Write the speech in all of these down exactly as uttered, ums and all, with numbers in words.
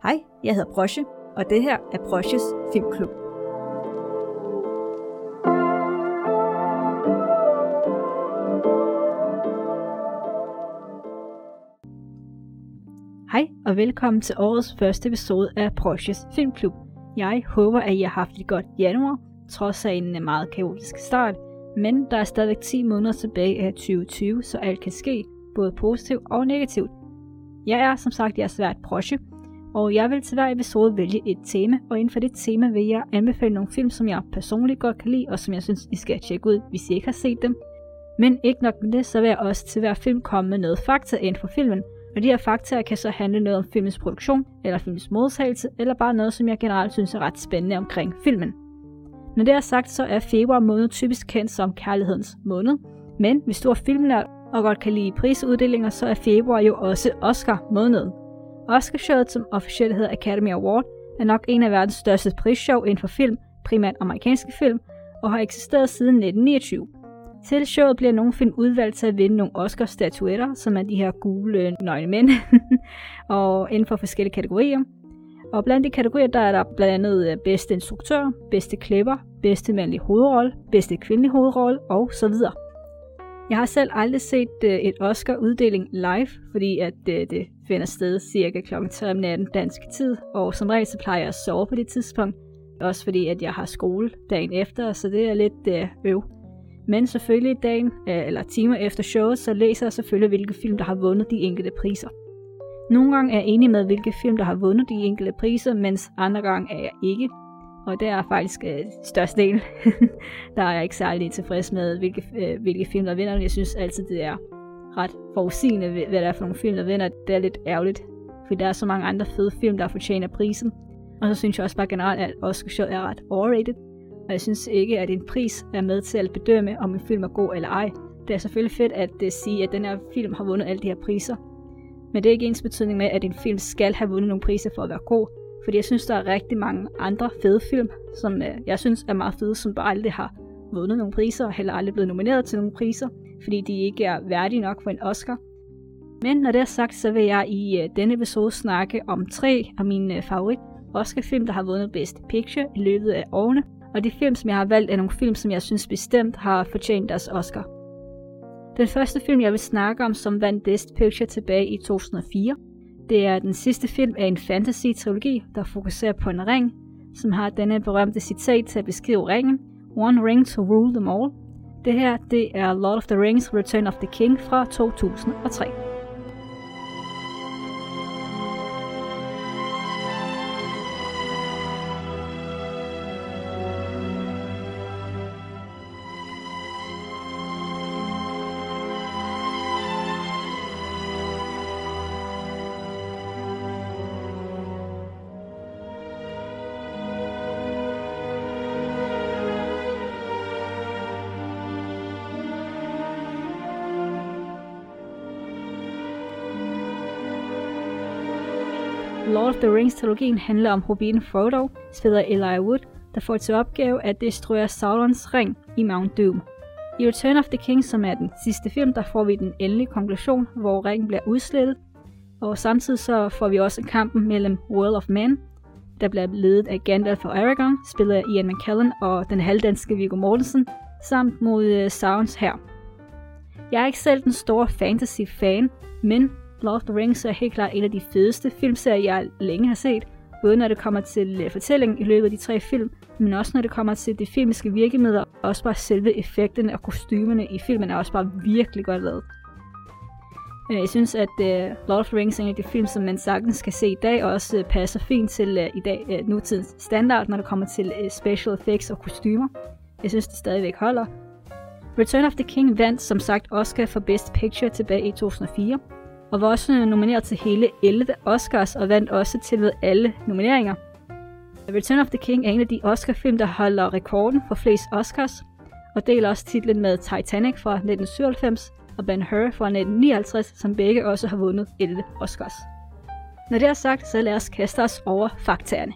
Hej, jeg hedder Prosje, og det her er Prosjes Filmklub. Hej, og velkommen til årets første episode af Prosjes Filmklub. Jeg håber, at I har haft et godt januar, trods af en meget kaotisk start, men der er stadig ti måneder tilbage af tyve tyve, så alt kan ske, både positivt og negativt. Jeg er som sagt jeres vært Prosje, og jeg vil til hver episode vælge et tema, og inden for det tema vil jeg anbefale nogle film, som jeg personligt godt kan lide, og som jeg synes, I skal tjekke ud, hvis I ikke har set dem. Men ikke nok med det, så vil jeg også til hver film komme med noget fakta inden for filmen, og de her fakta kan så handle noget om filmens produktion, eller filmens modtagelse, eller bare noget, som jeg generelt synes er ret spændende omkring filmen. Når det er sagt, så er februar måned typisk kendt som kærlighedens måned, men hvis du er filmnørd og godt kan lide prisuddelinger, så er februar jo også Oscar-måneden. Oscarshowet, som officielt hedder Academy Award, er nok en af verdens største prisshow inden for film, primært amerikanske film, og har eksisteret siden nitten niogtyve. Til showet bliver nogle film udvalgt til at vinde nogle Oscar-statuetter, som er de her gule nøgne mænd, og inden for forskellige kategorier. Og blandt de kategorier, der er der blandt andet bedste instruktør, bedste klipper, bedste mandlige hovedrolle, bedste kvindelige hovedrolle og så videre. Jeg har selv aldrig set et Oscar-uddeling live, fordi at det, det finder sted cirka klokken tre om natten dansk tid, og som regel så plejer jeg at sove på det tidspunkt, også fordi at jeg har skole dagen efter, så det er lidt øh, øv. Men selvfølgelig dagen, øh, eller timer efter showet, så læser jeg selvfølgelig, hvilke film, der har vundet de enkelte priser. Nogle gange er jeg enig med, hvilke film, der har vundet de enkelte priser, mens andre gange er jeg ikke. Og det er faktisk øh, største del. Der er jeg ikke særlig tilfreds med, hvilke, øh, hvilke film, der vinder. Jeg synes altid, det er ret forudsigende, hvad der er for nogle film, der vinder. Det er lidt ærgerligt, fordi der er så mange andre fede film, der fortjener prisen. Og så synes jeg også bare generelt, at Oscar er ret overrated. Og jeg synes ikke, at en pris er med til at bedømme, om en film er god eller ej. Det er selvfølgelig fedt at uh, sige, at den her film har vundet alle de her priser. Men det er ikke ens betydning med, at en film skal have vundet nogle priser for at være god. Fordi jeg synes, der er rigtig mange andre fede film, som uh, jeg synes er meget fede, som bare aldrig har vundet nogle priser, og heller aldrig blevet nomineret til nogle priser, fordi de ikke er værdige nok for en Oscar. Men når det er sagt, så vil jeg i uh, denne episode snakke om tre af mine uh, favorit Oscar-film, der har vundet Best Picture i løbet af årene. Og de film, som jeg har valgt, er nogle film, som jeg synes bestemt har fortjent deres Oscar. Den første film, jeg vil snakke om, som vandt Best Picture tilbage i to tusind og fire, det er den sidste film af en fantasy-trilogi, der fokuserer på en ring, som har denne berømte citat til at beskrive ringen: One ring to rule them all. Det her, det er Lord of the Rings Return of the King fra to tusind og tre. Lord of the Rings-trilogien handler om hobbiten Frodo, spillet af Elijah Wood, der får til opgave at destruere Saurons ring i Mount Doom. I Return of the King, som er den sidste film, der får vi den endelige konklusion, hvor ringen bliver udslettet, og samtidig så får vi også kampen mellem World of Men, der bliver ledet af Gandalf og Aragorn, spillet af Ian McKellen og den halvdanske Viggo Mortensen, samt mod uh, Saurons hær. Jeg er ikke selv den store fantasy-fan, men Lord of the Rings er helt klart en af de fedeste filmserier, jeg længe har set, både når det kommer til uh, fortællingen i løbet af de tre film, men også når det kommer til de filmiske virkemidler, og også bare selve effekterne og kostymerne i filmen er også bare virkelig godt lavet. Uh, jeg synes, at uh, Lord of the Rings er en af de film, som man sagtens kan se i dag, og også uh, passer fint til uh, i dag uh, nutidens standard, når det kommer til uh, special effects og kostymer. Jeg synes, det stadigvæk holder. Return of the King vandt som sagt Oscar for Best Picture tilbage i to tusind og fire, og var også nomineret til hele elleve Oscars og vandt også til ved alle nomineringer. Return of the King er en af de Oscar-film, der holder rekorden for flest Oscars, og deler også titlen med Titanic fra nitten syvoghalvfems og Ben-Hur fra nitten nioghalvtreds, som begge også har vundet elleve Oscars. Når det er sagt, så lad os kaste os over faktaerne.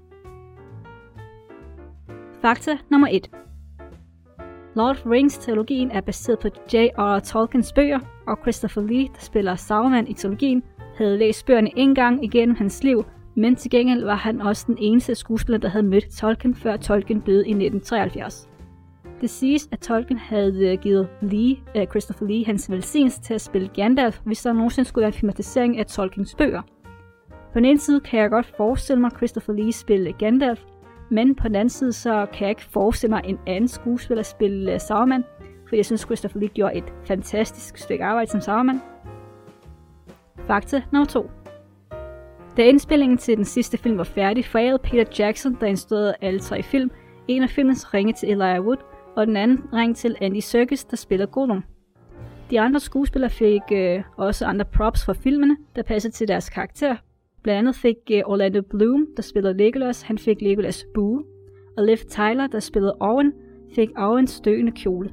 Fakta nummer et. Lord of the Rings-trilogien er baseret på J R R Tolkiens bøger, og Christopher Lee, der spiller Sauron i trilogien, havde læst bøgerne en gang igennem hans liv, men til gengæld var han også den eneste skuespiller, der havde mødt Tolkien, før Tolkien døde i nitten treoghalvfjerds. Det siges, at Tolkien havde givet Lee, uh, Christopher Lee hans velsignelse til at spille Gandalf, hvis der nogensinde skulle være en filmatisering af Tolkiens bøger. På den ene side kan jeg godt forestille mig Christopher Lee spille Gandalf, men på den anden side så kan jeg ikke forestille mig en anden skuespiller spille uh, Saruman, fordi jeg synes Christopher Lee gjorde et fantastisk stykke arbejde som Saruman. Fakta nummer to. Da indspillingen til den sidste film var færdig, forærede Peter Jackson, der instruerede alle tre film, en af filmens ringe til Elijah Wood, og den anden ring til Andy Serkis, der spiller Gollum. De andre skuespillere fik øh, også andre props for filmene, der passede til deres karakter. Blandt andet fik øh, Orlando Bloom, der spillede Legolas, han fik Legolas bue, og Liv Tyler, der spillede Owen, fik Owens støende kjole.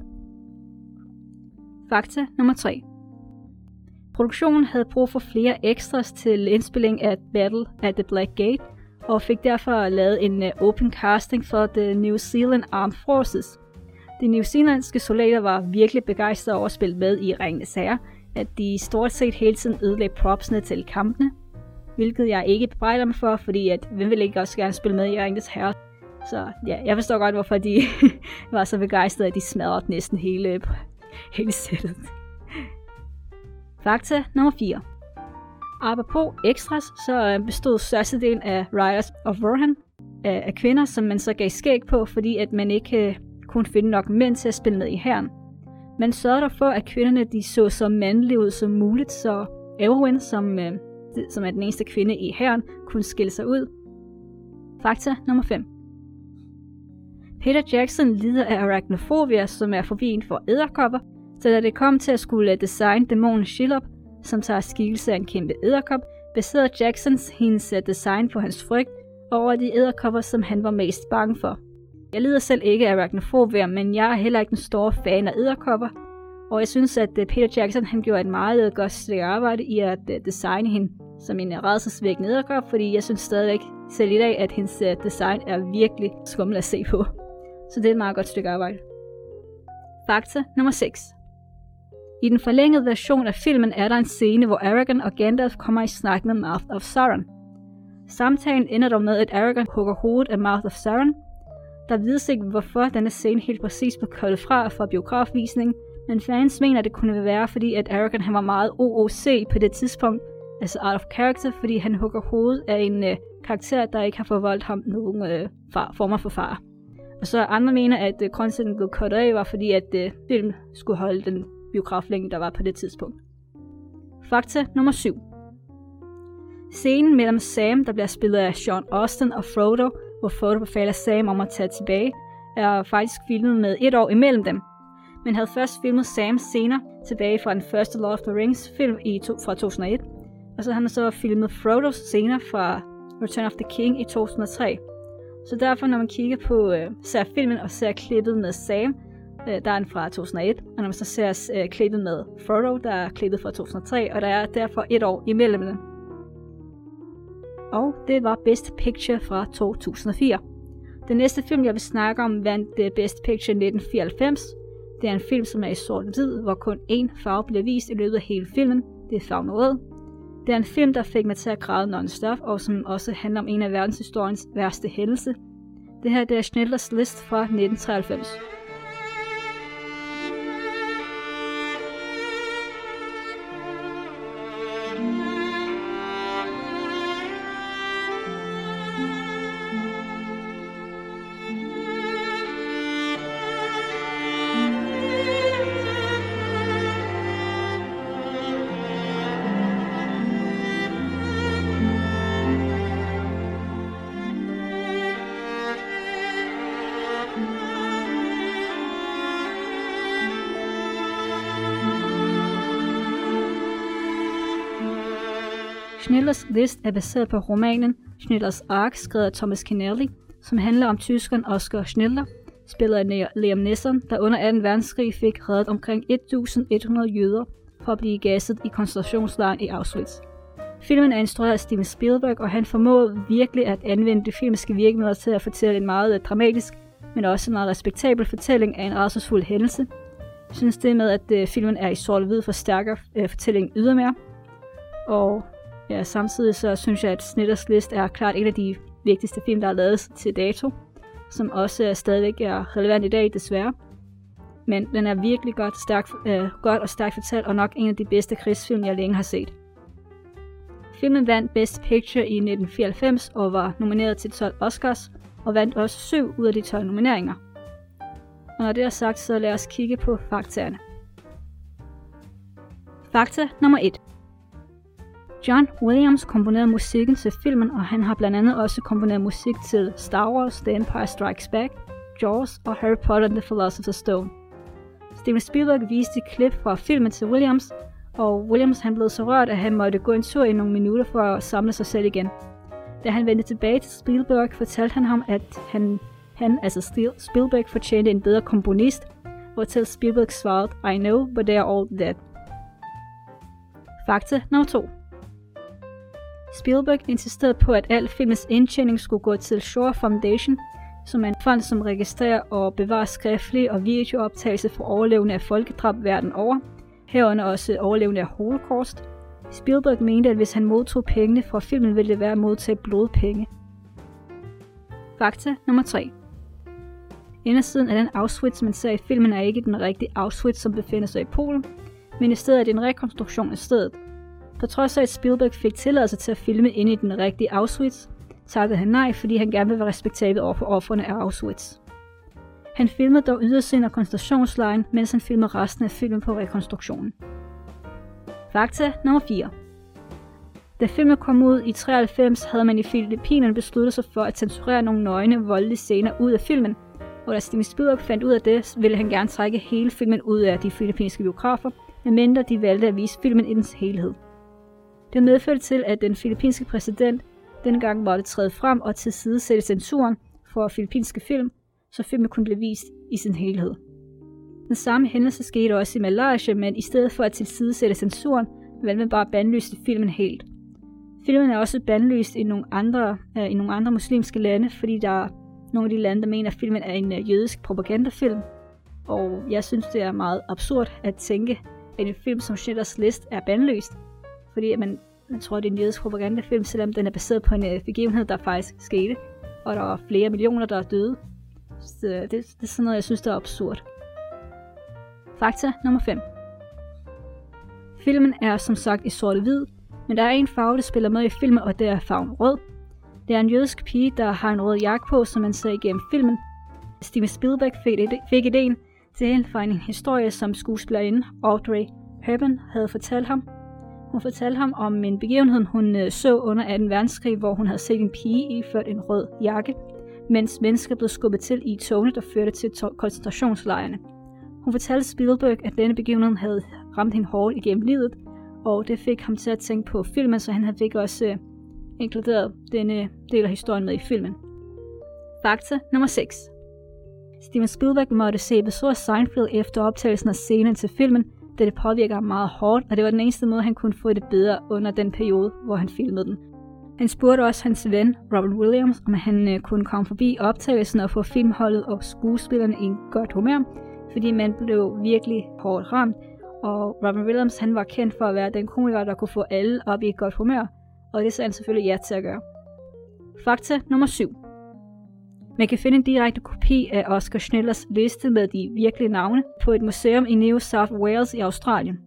Fakta nummer tre. Produktionen havde brug for flere extras til indspilling af Battle at the Black Gate, og fik derfor lavet en uh, open casting for The New Zealand Armed Forces. De newzealandske soldater var virkelig begejstrede over at spille med i Ringenes Herre, at de stort set hele tiden ødelagde propsene til kampene, hvilket jeg ikke bebrejder mig for, fordi at hvem vil ikke også gerne spille med i Ringenes Herre. Så ja, jeg forstår godt, hvorfor de var så begejstrede, at de smadrede næsten hele, hele sættet. Fakta nummer fire. Apropos extras, så bestod størstedelen af Riders of Rohan af kvinder, som man så gav skæg på, fordi at man ikke kunne finde nok mænd til at spille med i hæren. Man sørgede der for, at kvinderne de så så mandlige ud som muligt, så Eowyn, som, øh, som er den eneste kvinde i hæren, kunne skille sig ud. Fakta nummer fem. Peter Jackson lider af arachnofobia, som er fobien for edderkopper, så da det kom til at skulle designe dæmonen Shelob, som tager skikkelse af en kæmpe edderkop, baserede Jacksons hendes design på hans frygt over de edderkopper, som han var mest bange for. Jeg lider selv ikke af arachnofobia, men jeg er heller ikke en stor fan af edderkopper, og jeg synes, at Peter Jackson han gjorde et meget godt stykke arbejde i at designe hende som en rædselsvækkende edderkop, fordi jeg synes stadigvæk selv i dag, at hendes design er virkelig skummel at se på. Så det er et meget godt stykke arbejde. Fakta nummer seks. I den forlængede version af filmen er der en scene, hvor Aragorn og Gandalf kommer i snak med Mouth of Sauron. Samtalen ender dog med, at Aragorn hugger hovedet af Mouth of Sauron. Der vides ikke, hvorfor denne scene helt præcis blev koldet fra fra biografvisningen, men fans mener, at det kunne være, fordi at Aragorn han var meget O O C på det tidspunkt, altså out of character, fordi han hugger hovedet af en øh, karakter, der ikke har forvoldt ham nogen øh, far, former for far. Og så andre mener, at øh, koncepten blev kuttet af, var fordi at øh, filmen skulle holde den biograflænge, der var på det tidspunkt. Fakta nummer syv. Scenen mellem Sam, der bliver spillet af Sean Astin, og Frodo, hvor Frodo befaler Sam om at tage tilbage, er faktisk filmet med et år imellem dem. Men havde først filmet Sam scener tilbage fra den første Lord of the Rings film i to, fra to tusind og et, og så har han så filmet Frodos scener fra Return of the King i to tusind og tre. Så derfor, når man kigger på øh, ser filmen og ser klippet med Sam, øh, der er den fra to tusind og et, og når man så ser øh, klippet med Frodo, der er klippet fra to tusind og tre, og der er derfor et år imellem dem. Og det var Best Picture fra to tusind og fire. Den næste film, jeg vil snakke om, vandt Best Picture i nitten fireoghalvfems. Det er en film, som er i sort-hvid, hvor kun én farve bliver vist i løbet af hele filmen. Det er farven rød. Det er en film, der fik mig til at græde non-stop, og som også handler om en af verdenshistoriens værste hændelser. Det her det er Schindlers List fra nitten treoghalvfems. Schindlers List er baseret på romanen Schindlers Ark, skrevet af Thomas Keneally, som handler om tyskeren Oskar Schindler, spillet af Liam Neeson, der under anden verdenskrig fik reddet omkring et tusind et hundrede jøder for at blive gasset i koncentrationslejren i Auschwitz. Filmen er instrueret af Steven Spielberg, og han formåede virkelig at anvende de filmiske virkemidler til at fortælle en meget dramatisk, men også en meget respektabel fortælling af en rædselsfuld hændelse. Jeg synes det med, at filmen er i sort-hvid forstærker fortællingen ydermere. Og Ja, samtidig så synes jeg, at Schindlers List er klart en af de vigtigste film, der er lavet til dato, som også stadigvæk er relevant i dag, desværre. Men den er virkelig godt, stærk, øh, godt og stærkt fortalt, og nok en af de bedste krigsfilm, jeg længe har set. Filmen vandt Best Picture i nitten fireoghalvfems og var nomineret til tolv Oscars, og vandt også syv ud af de tolv nomineringer. Og når det er sagt, så lad os kigge på faktaerne. Fakta nummer et. John Williams komponerede musikken til filmen, og han har blandt andet også komponeret musik til Star Wars, The Empire Strikes Back, Jaws og Harry Potter and the Philosopher's Stone. Steven Spielberg viste klip fra filmen til Williams, og Williams han blev så rørt, at han måtte gå en tur i nogle minutter for at samle sig selv igen. Da han vendte tilbage til Spielberg, fortalte han ham, at han, han altså Spielberg fortjente en bedre komponist, hvortil Spielberg svarede, I know, but they are all dead. Fakta nummer to. Spielberg insisterede på, at al filmens indtjening skulle gå til Shore Foundation, som er en fond, som registrerer og bevarer skriftlige og videooptagelser for overlevende af folkedrab verden over, herunder også overlevende af Holocaust. Spielberg mente, at hvis han modtog pengene fra filmen, ville det være at modtage blodpenge. Fakta nummer tre. Indersiden af den Auschwitz, man ser i filmen, er ikke den rigtige Auschwitz, som befinder sig i Polen, men i stedet er det en rekonstruktion af stedet. På trods af, at Spielberg fik tilladelse til at filme inde i den rigtige Auschwitz, takkede han nej, fordi han gerne ville være respektabel over for ofrene af Auschwitz. Han filmede dog ydersiden af koncentrationslejren, mens han filmede resten af filmen på rekonstruktionen. Fakta nummer fire. Da filmen kom ud i treoghalvfems, havde man i Filippinerne besluttet sig for at censurere nogle nøgne, voldelige scener ud af filmen, og da Steven Spielberg fandt ud af det, ville han gerne trække hele filmen ud af de filippinske biografer, medmindre de valgte at vise filmen i dens helhed. Det medførte til, at den filippinske præsident dengang måtte træde frem og tilsidesætte censuren for filippinske film, så filmen kunne blive vist i sin helhed. Den samme hændelse skete også i Malaysia, men i stedet for at tilsidesætte censuren, valgte man bare bandlyse filmen helt. Filmen er også bandlyst i nogle andre, øh, i nogle andre muslimske lande, fordi der er nogle af de lande, der mener, at filmen er en øh, jødisk propagandafilm. Og jeg synes, det er meget absurd at tænke, at en film som Schindlers List er bandlyst, fordi man, man tror, det er en jødisk propagandafilm, selvom den er baseret på en øh, begivenhed, der faktisk skete, og der er flere millioner, der er døde. Så det, det er sådan noget, jeg synes, der er absurd. Fakta nummer fem. Filmen er som sagt i sort-hvid, men der er en farve, der spiller med i filmen, og det er farven rød. Det er en jødisk pige, der har en rød jakke på, som man ser igennem filmen. Steven Spielberg fik ideen til hende fra en historie, som skuespillerinde Audrey Hepburn havde fortalt ham. Hun fortalte ham om en begivenhed, hun så under anden verdenskrig, hvor hun havde set en pige iført en rød jakke, mens mennesker blev skubbet til i togene, der førte til koncentrationslejrene. Hun fortalte Spielberg, at denne begivenhed havde ramt hende hårdt igennem livet, og det fik ham til at tænke på filmen, så han fik også uh, inkluderet denne del af historien med i filmen. Fakta nummer seks. Steven Spielberg måtte se episode af Seinfeld efter optagelsen af scenen til filmen, da det påvirker ham meget hårdt, og det var den eneste måde, han kunne få det bedre under den periode, hvor han filmede den. Han spurgte også hans ven, Robin Williams, om han uh, kunne komme forbi optagelsen og få filmholdet og skuespillerne i en godt humør, fordi man blev virkelig hårdt ramt, og Robin Williams han var kendt for at være den komiker, der kunne få alle op i et godt humør, og det sagde han selvfølgelig ja til at gøre. Fakta nummer syv. Man kan finde en direkte kopi af Oscar Schindlers liste med de virkelige navne på et museum i New South Wales i Australien.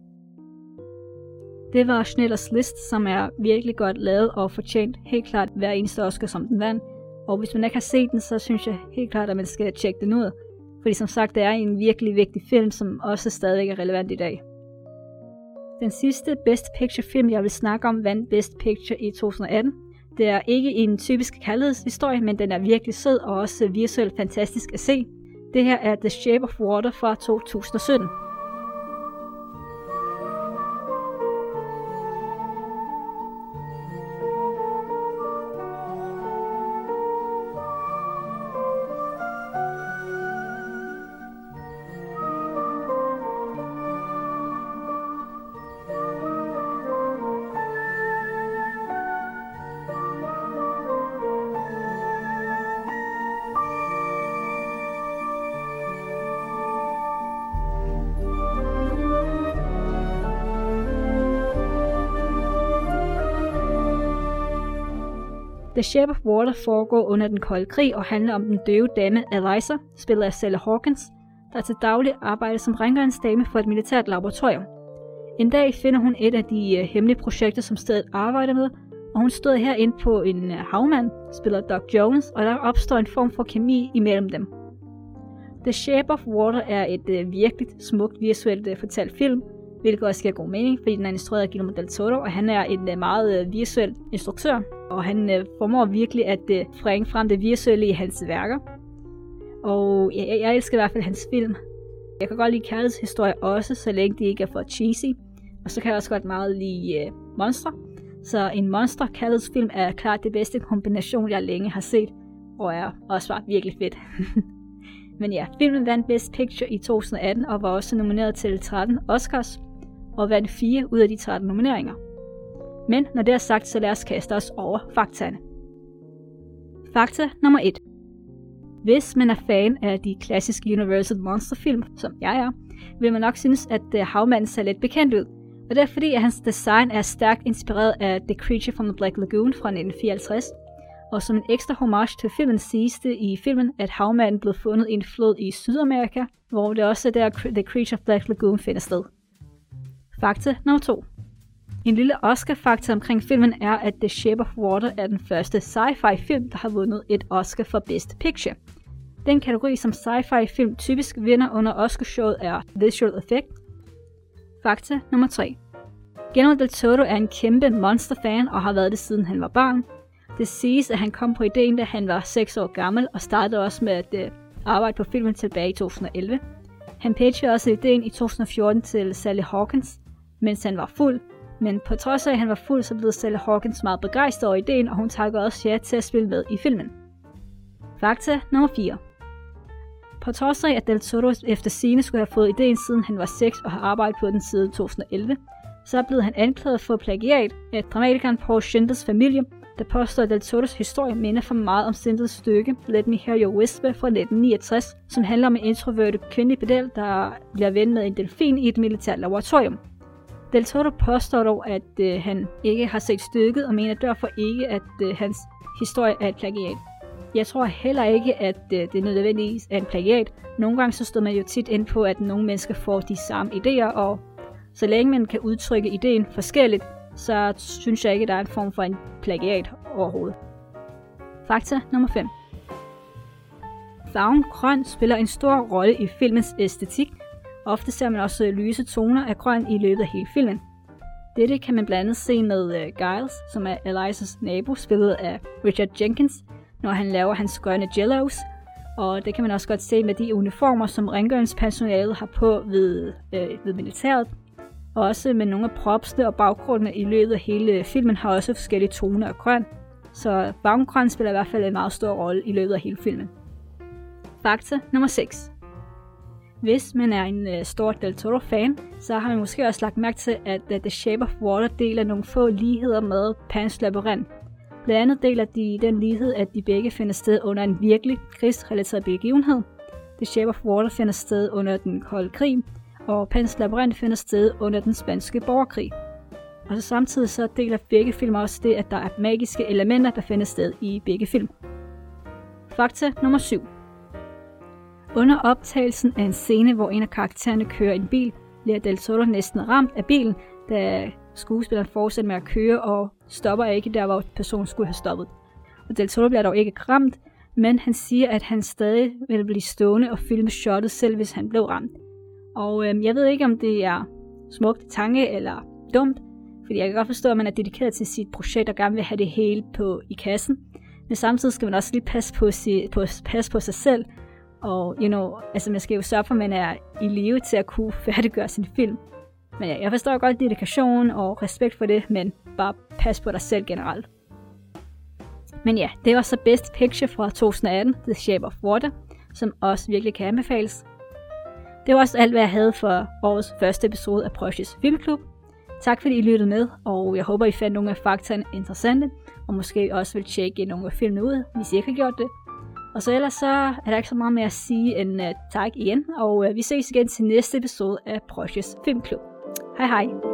Det var Schindlers List, som er virkelig godt lavet og fortjent helt klart hver eneste Oscar, som den vandt. Og hvis man ikke har set den, så synes jeg helt klart, at man skal tjekke den ud. Fordi som sagt, det er en virkelig vigtig film, som også stadig er relevant i dag. Den sidste Best Picture film, jeg vil snakke om, vandt Best Picture i to tusind og atten. Det er ikke en typisk kærlighedshistorie, men den er virkelig sød og også visuelt fantastisk at se. Det her er The Shape of Water fra to tusind og sytten. The Shape of Water foregår under den kolde krig og handler om den døve dame Eliza, spillet af Sally Hawkins, der til daglig arbejder som rengøringsdame for et militært laboratorium. En dag finder hun et af de uh, hemmelige projekter, som stedet arbejder med, og hun støder her ind på en uh, havmand, spiller Doc Jones, og der opstår en form for kemi imellem dem. The Shape of Water er et uh, virkelig smukt visuelt uh, fortalt film, hvilket også giver god mening, fordi den er instrueret af Guillermo del Toro, og han er en uh, meget uh, visuel instruktør, og han uh, formår virkelig at uh, bringe frem det visuelle i hans værker. Og ja, jeg elsker i hvert fald hans film. Jeg kan godt lide kærlighedshistorier også, så længe de ikke er for cheesy. Og så kan jeg også godt meget lide uh, monster. Så en monster kærlighedsfilm er klart det bedste kombination, jeg længe har set, og er også bare virkelig fedt. Men ja, filmen vandt Best Picture i to tusind atten og var også nomineret til tretten Oscars, og vandt fire ud af de tretten nomineringer. Men når det er sagt, så lad os kaste os over faktaene. Fakta nummer et. Hvis man er fan af de klassiske Universal Monster-film, som jeg er, vil man nok synes, at havmanden ser lidt bekendt ud. Og det er fordi, at hans design er stærkt inspireret af The Creature from the Black Lagoon fra nitten fireoghalvtreds. Og som en ekstra homage til filmen siges det i filmen, at havmanden blev fundet i en flod i Sydamerika, hvor det også er der The Creature of Black Lagoon finder sted. Fakta nummer to. En lille Oscar-fakta omkring filmen er, at The Shape of Water er den første sci-fi film, der har vundet et Oscar for Best Picture. Den kategori, som sci-fi film typisk vinder under Oscarshowet, er Visual Effect. Fakta nummer tre. Guillermo del Toro er en kæmpe monster-fan og har været det siden han var barn. Det siges, at han kom på ideen, da han var seks år gammel, og startede også med at uh, arbejde på filmen tilbage i to tusind og elleve. Han pitchede også ideen i to tusind og fjorten til Sally Hawkins, mens han var fuld. Men på trods af, at han var fuld, så blev Sally Hawkins meget begejstret over ideen, og hun takkede også ja til at spille med i filmen. Fakta nummer fire. På trods af, at Del Toro efter sigende skulle have fået ideen siden han var seks og har arbejdet på den siden to tusind og elleve, så er blevet han anklaget for plagiat af dramatikeren Paul Schindlers familie, der påstår, at Del Toros historie minder for meget om Schindlers stykke Let Me Hear Your Whisper fra nitten niogtres, som handler om en introverte kvindelig pedel, der bliver ven med en delfin i et militært laboratorium. Del Toro påstår dog, at øh, han ikke har set stykket og mener derfor ikke, at øh, hans historie er et plagiat. Jeg tror heller ikke, at øh, det nødvendigvis er en plagiat. Nogle gange så står man jo tit ind på, at nogle mennesker får de samme idéer, og så længe man kan udtrykke ideen forskelligt, så synes jeg ikke, at der er en form for en plagiat overhovedet. Fakta nummer fem. Farven grøn spiller en stor rolle i filmens æstetik. Ofte ser man også lyse toner af grøn i løbet af hele filmen. Dette kan man blandt andet se med uh, Giles, som er Elizas nabo, spillet af Richard Jenkins, når han laver hans grønne jellos. Og det kan man også godt se med de uniformer, som rengøringspersonalet har på ved, øh, ved militæret. Og også med nogle af propsene og baggrundene i løbet af hele filmen har også forskellige toner af grøn. Så farven spiller i hvert fald en meget stor rolle i løbet af hele filmen. Fakta nummer seks. Hvis man er en uh, stor Del Toro-fan, så har man måske også lagt mærke til, at uh, The Shape of Water deler nogle få ligheder med Pan's Labyrint. Blandt andet deler de den lighed, at de begge finder sted under en virkelig krigsrelateret begivenhed. The Shape of Water finder sted under den kolde krig, og Pan's Labyrint finder sted under den spanske borgerkrig. Og så samtidig så deler begge film også det, at der er magiske elementer, der finder sted i begge film. Fakta nummer syv. Under optagelsen af en scene, hvor en af karaktererne kører en bil, bliver Del Toro næsten ramt af bilen, da skuespilleren fortsætter med at køre og stopper ikke der, hvor personen skulle have stoppet. Og Del Toro bliver dog ikke ramt, men han siger, at han stadig vil blive stående og filme shottet selv, hvis han blev ramt. Og øhm, jeg ved ikke, om det er smukt tanke eller dumt, fordi jeg kan godt forstå, at man er dedikeret til sit projekt og gerne vil have det hele på i kassen. Men samtidig skal man også lige passe på, sig, på, passe på sig selv. Og you know, altså man skal jo sørge for, at man er i live til at kunne færdiggøre sin film. Men ja, jeg forstår godt dedikation og respekt for det, men bare pas på dig selv generelt. Men ja, det var så Best Picture fra to tusind atten, The Shape of Water, som også virkelig kan anbefales. Det var også alt, hvad jeg havde for årets første episode af Preussisch Filmklub. Tak fordi I lyttede med, og jeg håber, I fandt nogle af faktaerne interessante, og måske også vil tjekke nogle af filmene ud, hvis I ikke har gjort det. Og så ellers så er der ikke så meget mere at sige end uh, tak igen, og uh, vi ses igen til næste episode af Preussisch Filmklub. Hej hej!